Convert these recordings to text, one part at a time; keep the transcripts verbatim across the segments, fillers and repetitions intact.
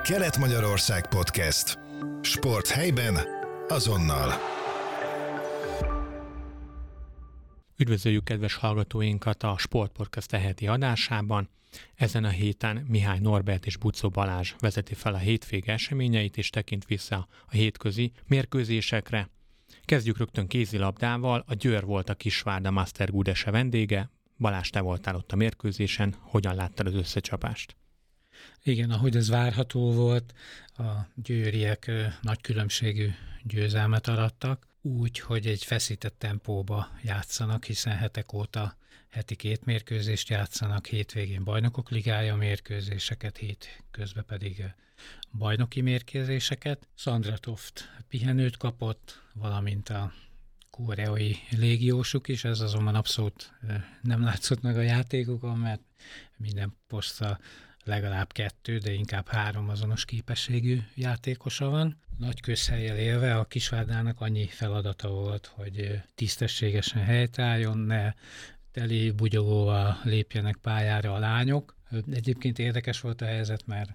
Kelet-Magyarország Podcast. Sport helyben, azonnal. Üdvözöljük kedves hallgatóinkat a Sport Podcast heti adásában. Ezen a héten Mihály Norbert és Buczó Balázs vezeti fel a hétvége eseményeit és tekint vissza a hétközi mérkőzésekre. Kezdjük rögtön kézilabdával, a Győr volt a Kisvárda Master Gudese vendége. Balázs, te voltál ott a mérkőzésen, hogyan láttad az összecsapást? Igen, ahogy ez várható volt, a győriek nagy különbségű győzelmet arattak, úgy, hogy egy feszített tempóba játszanak, hiszen hetek óta heti két mérkőzést játszanak, hétvégén bajnokok ligája mérkőzéseket, hét közben pedig bajnoki mérkőzéseket. Szandra Toft pihenőt kapott, valamint a koreai légiósuk is, ez azonban abszolút nem látszott meg a játékokon, mert minden posztra legalább kettő, de inkább három azonos képességű játékosa van. Nagy közhellyel élve a Kisvárdának annyi feladata volt, hogy tisztességesen helytálljon, ne teli bugyogóval lépjenek pályára a lányok. Egyébként érdekes volt a helyzet, mert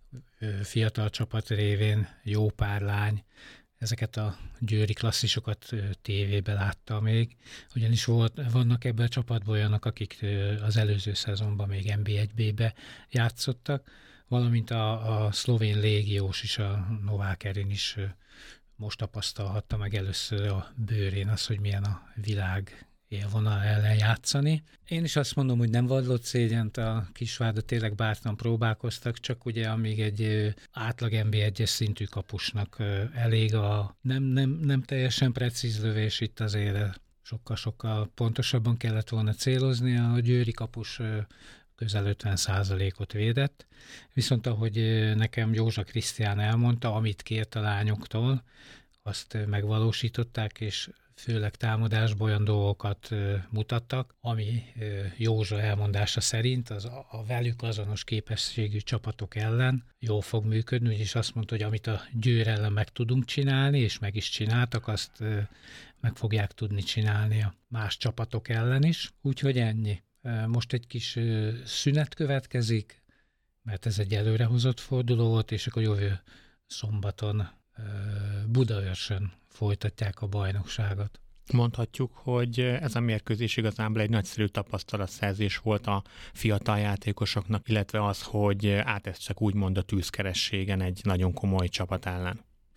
fiatal csapat révén jó pár lány ezeket a győri klasszisokat tévébe látta még, ugyanis volt, vannak ebben a csapatban olyanok, akik az előző szezonban még en bé egy bé-be játszottak, valamint a, a szlovén légiós is, a Novák Erin is most tapasztalhatta meg először a bőrén az, hogy milyen a világ élvonal ellen játszani. Én is azt mondom, hogy nem vallott szégyent, a Kisvárda tényleg bátran próbálkoztak, csak ugye amíg egy átlag en bé egyes szintű kapusnak elég a nem, nem, nem teljesen precíz lövés, itt azért sokkal-sokkal pontosabban kellett volna célozni, a győri kapus közel ötven százalékot védett, viszont ahogy nekem Józsa Krisztián elmondta, amit kért a lányoktól, azt megvalósították, és főleg támadásban olyan dolgokat mutattak, ami Józsa elmondása szerint az a velük azonos képességű csapatok ellen jól fog működni, úgyis azt mondta, hogy amit a Győr ellen meg tudunk csinálni, és meg is csináltak, azt meg fogják tudni csinálni a más csapatok ellen is. Úgyhogy ennyi. Most egy kis szünet következik, mert ez egy előrehozott forduló volt, és akkor jövő szombaton Budaörsön folytatják a bajnokságot. Mondhatjuk, hogy ez a mérkőzés igazából egy nagyszerű tapasztalatszerzés volt a fiatal játékosoknak, illetve az, hogy átestek úgymond a tűzkerességen egy nagyon komoly csapat ellen.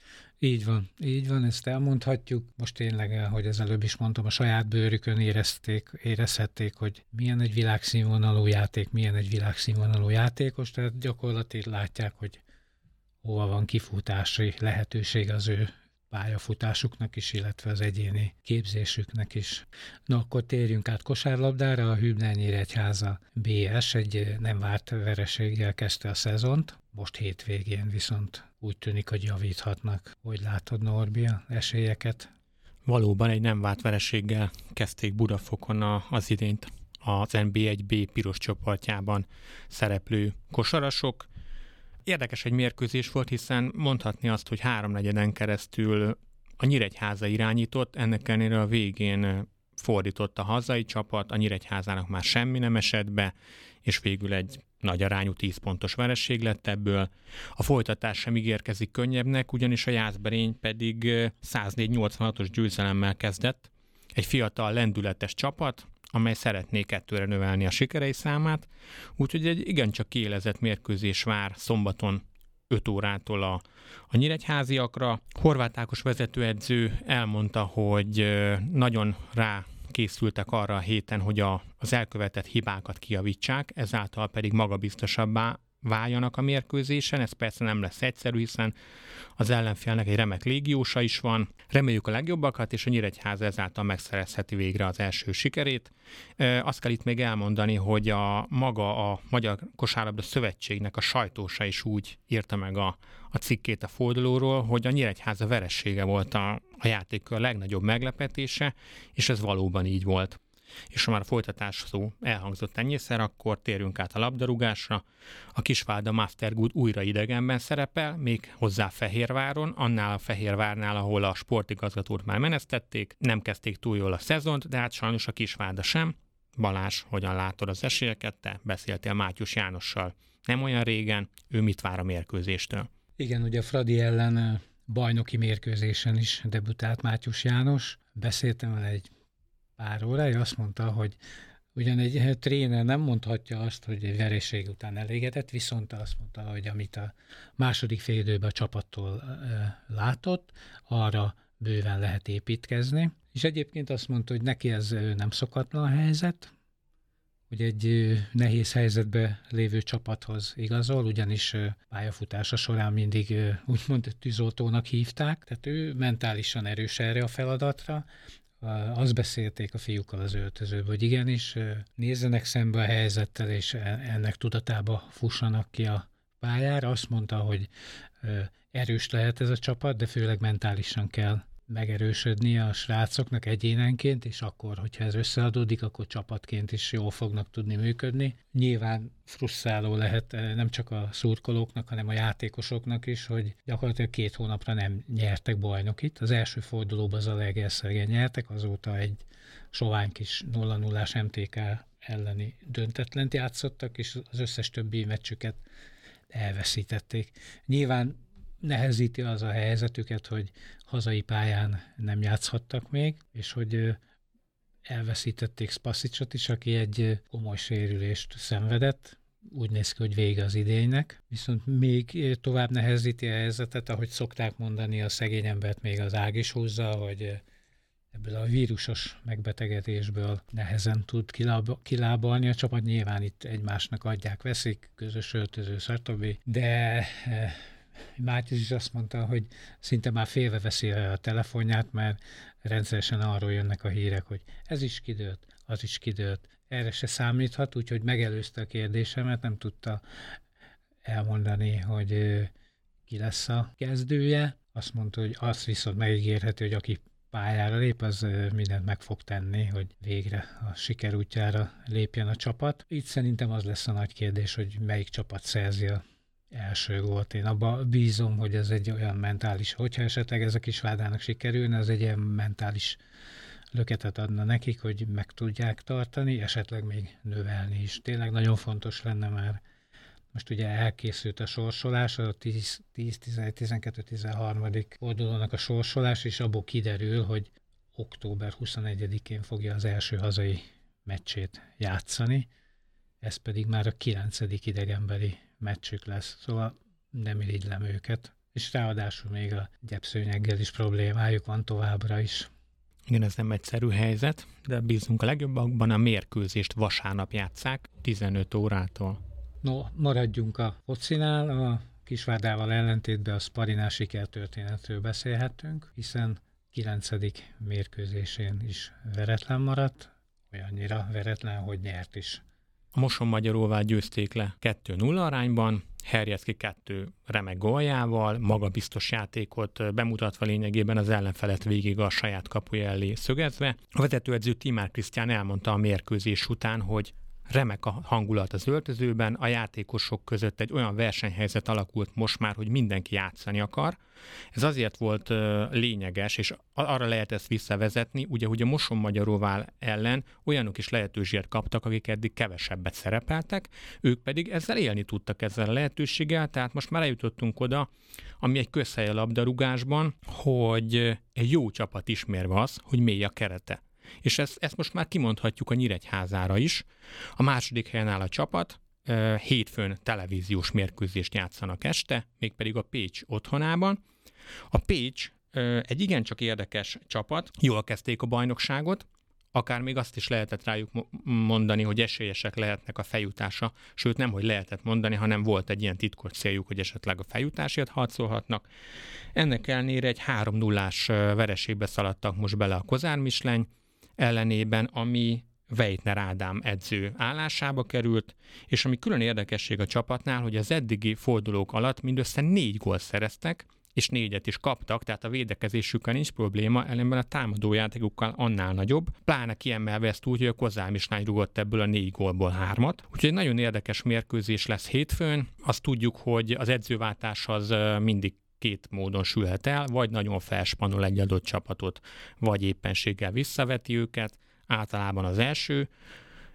Így van, így van, ezt elmondhatjuk. Most tényleg, ahogy az előbb is mondtam, a saját bőrükön érezték, érezhették, hogy milyen egy világszínvonalú játék, milyen egy világszínvonalú játékos, tehát gyakorlatilag látják, hogy hova van kifutási lehetőség az ő pályafutásuknak is, illetve az egyéni képzésüknek is. Na akkor térjünk át kosárlabdára, a Hübner Nyíregyháza bé es egy nem várt vereséggel kezdte a szezont, most hétvégén viszont úgy tűnik, hogy javíthatnak. Hogy látod, Norbi, a esélyeket? Valóban egy nem várt vereséggel kezdték Budafokon a, az idényt az en bé egy bé piros csoportjában szereplő kosarasok. Érdekes egy mérkőzés volt, hiszen mondhatni azt, hogy háromnegyeden keresztül a Nyíregyháza irányított, ennek ellenére a végén fordított a hazai csapat, a Nyíregyházának már semmi nem esett be, és végül egy nagy arányú tíz pontos vereség lett ebből. A folytatás sem ígérkezik könnyebbnek, ugyanis a Jászberény pedig száznégy nyolcvanhatos győzelemmel kezdett. Egy fiatal, lendületes csapat, amely szeretné kettőre növelni a sikerei számát, úgyhogy egy igencsak kiélezett mérkőzés vár szombaton öt órától a, a nyíregyháziakra. Horváth Ákos vezetőedző elmondta, hogy nagyon rá készültek arra a héten, hogy a, az elkövetett hibákat kijavítsák, ezáltal pedig magabiztosabbá váljanak a mérkőzésen. Ez persze nem lesz egyszerű, hiszen az ellenfélnek egy remek légiósa is van. Reméljük a legjobbakat, és a Nyíregyháza ezáltal megszerezheti végre az első sikerét. E, azt kell itt még elmondani, hogy a maga a Magyar Kosárlabda Szövetségnek a sajtósa is úgy írta meg a, a cikkét a fordulóról, hogy a Nyíregyháza veresége volt a, a játékkör legnagyobb meglepetése, és ez valóban így volt. És ha már a folytatás szó elhangzott ennyiszer, akkor térjünk át a labdarúgásra. A Kisvárda Mastergood újra idegenben szerepel, még hozzá Fehérváron, annál a Fehérvárnál, ahol a sportigazgatót már menesztették, nem kezdték túl jól a szezont, de hát sajnos a Kisvárda sem. Balázs, hogyan látod az esélyeket? Te beszéltél Mátyus Jánossal nem olyan régen, ő mit vár a mérkőzéstől? Igen, ugye a Fradi ellen bajnoki mérkőzésen is debütált Mátyus János. Beszéltem vele egy pár órája, azt mondta, hogy ugyan egy tréner nem mondhatja azt, hogy egy vereség után elégedett, viszont azt mondta, hogy amit a második félidőben a csapattól látott, arra bőven lehet építkezni. És egyébként azt mondta, hogy neki ez nem szokatlan helyzet, hogy egy nehéz helyzetbe lévő csapathoz igazol, ugyanis pályafutása során mindig úgymond tűzoltónak hívták, tehát ő mentálisan erős erre a feladatra. Azt beszélték a fiúkkal az öltözőben, hogy igenis nézzenek szembe a helyzettel, és ennek tudatába fussanak ki a pályára. Azt mondta, hogy erős lehet ez a csapat, de főleg mentálisan kell megerősödni a srácoknak egyénenként, és akkor, hogyha ez összeadódik, akkor csapatként is jól fognak tudni működni. Nyilván frusztráló lehet nem csak a szurkolóknak, hanem a játékosoknak is, hogy gyakorlatilag két hónapra nem nyertek bajnokit. Az első fordulóban az Zalaegerszegen nyertek, azóta egy sovány kis nulla nullás em té ká elleni döntetlent játszottak, és az összes többi meccsüket elveszítették. Nyilván nehezíti az a helyzetüket, hogy hazai pályán nem játszhattak még, és hogy elveszítették Spasicsot is, aki egy komoly sérülést szenvedett. Úgy néz ki, hogy vége az idénynek. Viszont még tovább nehezíti a helyzetet, ahogy szokták mondani, a szegény embert még az ág is húzza, hogy ebből a vírusos megbetegedésből nehezen tud kiláb- kilábalni. A csapat nyilván itt egymásnak adják, veszik, közös öltöző, stb. De Mátyus is azt mondta, hogy szinte már félve veszi a telefonját, mert rendszeresen arról jönnek a hírek, hogy ez is kidőlt, az is kidőlt. Erre se számíthat, úgyhogy megelőzte a kérdésemet, nem tudta elmondani, hogy ki lesz a kezdője. Azt mondta, hogy azt viszont megígérheti, hogy aki pályára lép, az mindent meg fog tenni, hogy végre a siker útjára lépjen a csapat. Itt szerintem az lesz a nagy kérdés, hogy melyik csapat szerzi a első gólt. Én abban bízom, hogy ez egy olyan mentális, hogyha esetleg ez a Kisvárdának sikerülne, az egy ilyen mentális löketet adna nekik, hogy meg tudják tartani, esetleg még növelni is. Tényleg nagyon fontos lenne már. Most ugye elkészült a sorsolás, a tíz, tizenegy, tizenkettő, tizenharmadik fordulónak a sorsolás, és abból kiderül, hogy október huszonegyedikén fogja az első hazai meccsét játszani, ez pedig már a kilencedik idegenbeli meccsük lesz, szóval nem irigylem őket. És ráadásul még a gyepszőnyeggel is problémájuk van továbbra is. Igen, ez nem egyszerű helyzet, de bízunk a legjobbakban, a mérkőzést vasárnap játsszák, tizenöt órától. No, maradjunk a focinál, a Kisvárdával ellentétben a Sparinál sikertörténetről beszélhetünk, hiszen kilencedik mérkőzésén is veretlen maradt, olyannyira veretlen, hogy nyert is. A Mosonmagyaróvá győzték le kettő nulla arányban, Herjeszki kettő remek góljával, magabiztos játékot bemutatva lényegében az ellenfelet végig a saját kapuja elé szögezve. A vezetőedző Timár Krisztián elmondta a mérkőzés után, hogy remek a hangulat az öltözőben, a játékosok között egy olyan versenyhelyzet alakult most már, hogy mindenki játszani akar. Ez azért volt uh, lényeges, és arra lehet ezt visszavezetni, ugye, hogy a Mosonmagyaróvá ellen olyanok is lehetőséget kaptak, akik eddig kevesebbet szerepeltek, ők pedig ezzel élni tudtak ezzel a lehetőséggel, tehát most már eljutottunk oda, ami egy közhely a labdarúgásban, hogy egy jó csapat ismerve az, hogy mély a kerete. És ezt, ezt most már kimondhatjuk a Nyíregyházára is. A második helyen áll a csapat, hétfőn televíziós mérkőzést játszanak este, mégpedig a Pécs otthonában. A Pécs egy igencsak érdekes csapat, jól kezdték a bajnokságot, akár még azt is lehetett rájuk mondani, hogy esélyesek lehetnek a feljutása, sőt nem, hogy lehetett mondani, hanem volt egy ilyen titkos céljuk, hogy esetleg a feljutásért harcolhatnak. Ennek ellenére egy három nullás vereségbe szaladtak most bele a Kozár Misleny ellenében, ami Weitner Ádám edző állásába került, és ami külön érdekesség a csapatnál, hogy az eddigi fordulók alatt mindössze négy gólt szereztek, és négyet is kaptak, tehát a védekezésükkel nincs probléma, ellenben a támadójátékukkal annál nagyobb, pláne kiemelve ezt úgy, hogy a Kozár Misleny rúgott ebből a négy gólból hármat. Úgyhogy egy nagyon érdekes mérkőzés lesz hétfőn. Azt tudjuk, hogy az edzőváltás az mindig két módon sülhet el, vagy nagyon felspanol egy adott csapatot, vagy éppenséggel visszaveti őket. Általában az első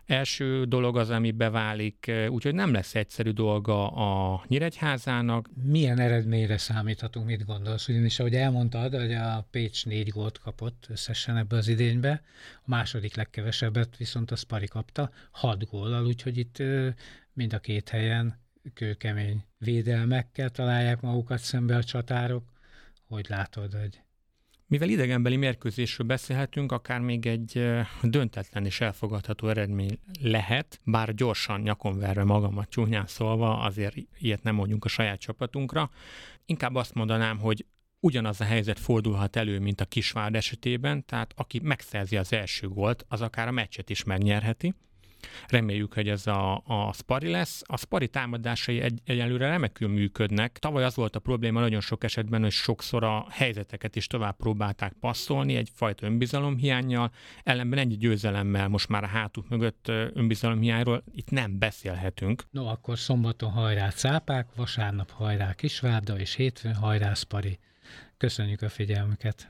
első dolog az, ami beválik, úgyhogy nem lesz egyszerű dolga a Nyíregyházának. Milyen eredményre számíthatunk, mit gondolsz? Ugyanis, ahogy elmondtad, hogy a Pécs négy gólt kapott összesen ebbe az idénybe, a második legkevesebbet viszont a Spari kapta, hat góllal, úgyhogy itt mind a két helyen kőkemény védelmekkel találják magukat szembe a csatárok. Hogy látod, hogy... Mivel idegenbeli mérkőzésről beszélhetünk, akár még egy döntetlen és elfogadható eredmény lehet, bár gyorsan nyakon verve magamat csúnyán szólva, azért ilyet nem mondjunk a saját csapatunkra. Inkább azt mondanám, hogy ugyanaz a helyzet fordulhat elő, mint a Kisvárd esetében, tehát aki megszerzi az első gólt, az akár a meccset is megnyerheti. Reméljük, hogy ez a, a Spari lesz. A Spari támadásai egy, egyelőre remekül működnek. Tavaly az volt a probléma nagyon sok esetben, hogy sokszor a helyzeteket is tovább próbálták passzolni, egyfajta önbizalomhiánnyal, ellenben ennyi győzelemmel most már a hátuk mögött önbizalomhiányról itt nem beszélhetünk. No, akkor szombaton hajrá Cápák, vasárnap hajrá Kisvárda, és hétfőn hajrá Spari. Köszönjük a figyelmüket!